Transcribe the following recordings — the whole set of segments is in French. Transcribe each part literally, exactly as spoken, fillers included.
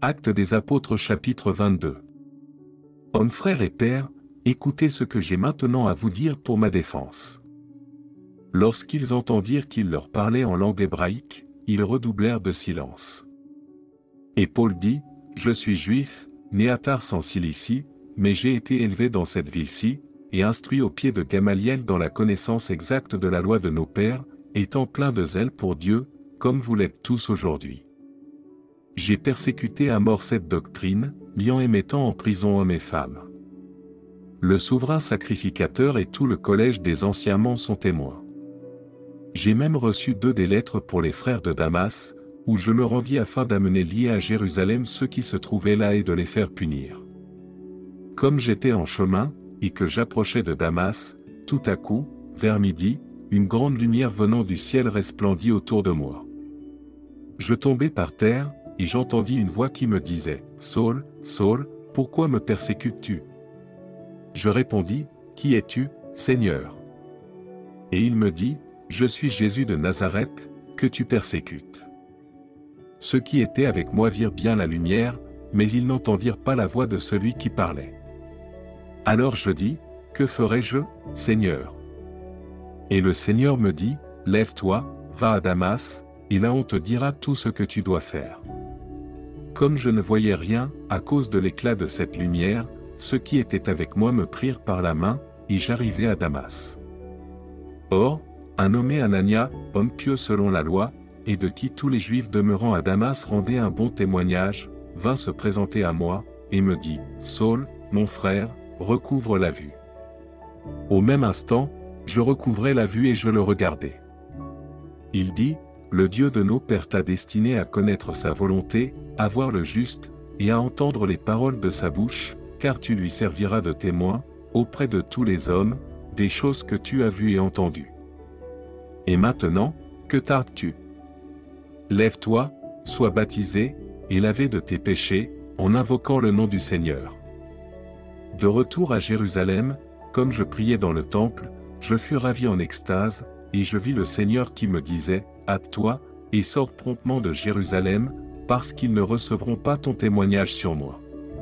Actes des Apôtres chapitre vingt-deux. Hommes frères et pères, écoutez ce que j'ai maintenant à vous dire pour ma défense. Lorsqu'ils entendirent qu'il leur parlait en langue hébraïque, ils redoublèrent de silence. Et Paul dit, « Je suis juif, né à Tars en Cilicie, mais j'ai été élevé dans cette ville-ci, et instruit au pied de Gamaliel dans la connaissance exacte de la loi de nos pères, étant plein de zèle pour Dieu, comme vous l'êtes tous aujourd'hui. J'ai persécuté à mort cette doctrine, liant et mettant en prison hommes et femmes. Le souverain sacrificateur et tout le collège des anciens m'en sont témoins. J'ai même reçu deux des lettres pour les frères de Damas, où je me rendis afin d'amener liés à Jérusalem ceux qui se trouvaient là et de les faire punir. Comme j'étais en chemin, et que j'approchais de Damas, tout à coup, vers midi, une grande lumière venant du ciel resplendit autour de moi. Je tombai par terre, et j'entendis une voix qui me disait, « Saul, Saul, pourquoi me persécutes-tu » Je répondis, « Qui es-tu, Seigneur » Et il me dit, « Je suis Jésus de Nazareth, que tu persécutes. » Ceux qui étaient avec moi virent bien la lumière, mais ils n'entendirent pas la voix de celui qui parlait. Alors je dis, « Que ferai-je, Seigneur » Et le Seigneur me dit, « Lève-toi, va à Damas, et là on te dira tout ce que tu dois faire. » Comme je ne voyais rien, à cause de l'éclat de cette lumière, ceux qui étaient avec moi me prirent par la main, et j'arrivai à Damas. Or, un nommé Anania, homme pieux selon la loi, et de qui tous les Juifs demeurant à Damas rendaient un bon témoignage, vint se présenter à moi, et me dit, « Saul, mon frère, recouvre la vue. » Au même instant, je recouvrai la vue et je le regardai. Il dit, « Le Dieu de nos pères t'a destiné à connaître sa volonté, à voir le juste, et à entendre les paroles de sa bouche, car tu lui serviras de témoin, auprès de tous les hommes, des choses que tu as vues et entendues. Et maintenant, que tardes-tu? Lève-toi, sois baptisé, et lavé de tes péchés, en invoquant le nom du Seigneur. » De retour à Jérusalem, comme je priais dans le temple, je fus ravi en extase, et je vis le Seigneur qui me disait, « Hâte-toi, et sors promptement de Jérusalem, parce qu'ils ne recevront pas ton témoignage sur moi. »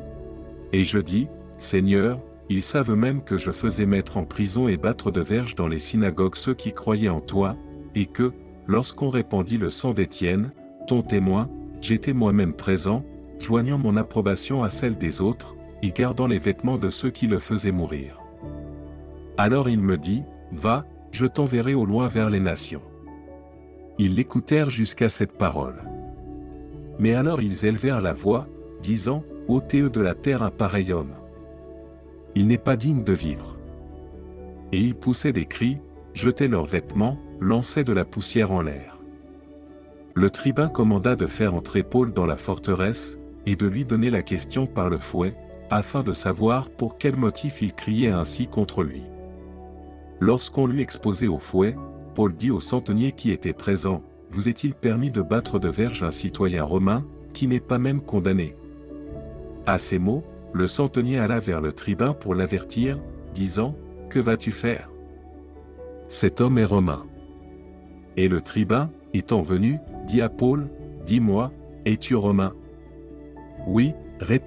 Et je dis, « Seigneur, ils savent même que je faisais mettre en prison et battre de verges dans les synagogues ceux qui croyaient en toi, et que, lorsqu'on répandit le sang d'Étienne, ton témoin, j'étais moi-même présent, joignant mon approbation à celle des autres, et gardant les vêtements de ceux qui le faisaient mourir. » Alors il me dit, « Va, je t'enverrai au loin vers les nations. » Ils l'écoutèrent jusqu'à cette parole. Mais alors ils élevèrent la voix, disant, « Ôtez-eux de la terre un pareil homme. Il n'est pas digne de vivre. » Et ils poussaient des cris, jetaient leurs vêtements, lançaient de la poussière en l'air. Le tribun commanda de faire entrer Paul dans la forteresse, et de lui donner la question par le fouet, afin de savoir pour quel motif il criait ainsi contre lui. Lorsqu'on lui exposait au fouet, Paul dit au centenier qui était présent, « Vous est-il permis de battre de verges un citoyen romain, qui n'est pas même condamné ?» À ces mots, le centenier alla vers le tribun pour l'avertir, disant, « Que vas-tu faire? Cet homme est romain. » Et le tribun, étant venu, dit à Paul, « Dis-moi, es-tu romain? » « Oui, répondit-il. »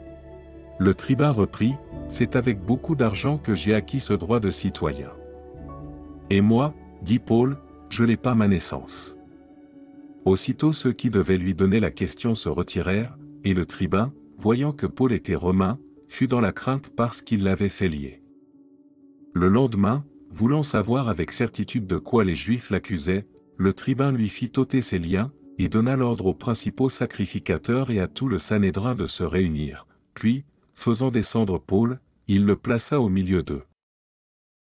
Le tribun reprit, « C'est avec beaucoup d'argent que j'ai acquis ce droit de citoyen. » « Et moi, dit Paul, je n'ai pas ma naissance. » Aussitôt ceux qui devaient lui donner la question se retirèrent, et le tribun, voyant que Paul était romain, fut dans la crainte parce qu'il l'avait fait lier. Le lendemain, voulant savoir avec certitude de quoi les Juifs l'accusaient, le tribun lui fit ôter ses liens, et donna l'ordre aux principaux sacrificateurs et à tout le Sanhédrin de se réunir. Puis, faisant descendre Paul, il le plaça au milieu d'eux.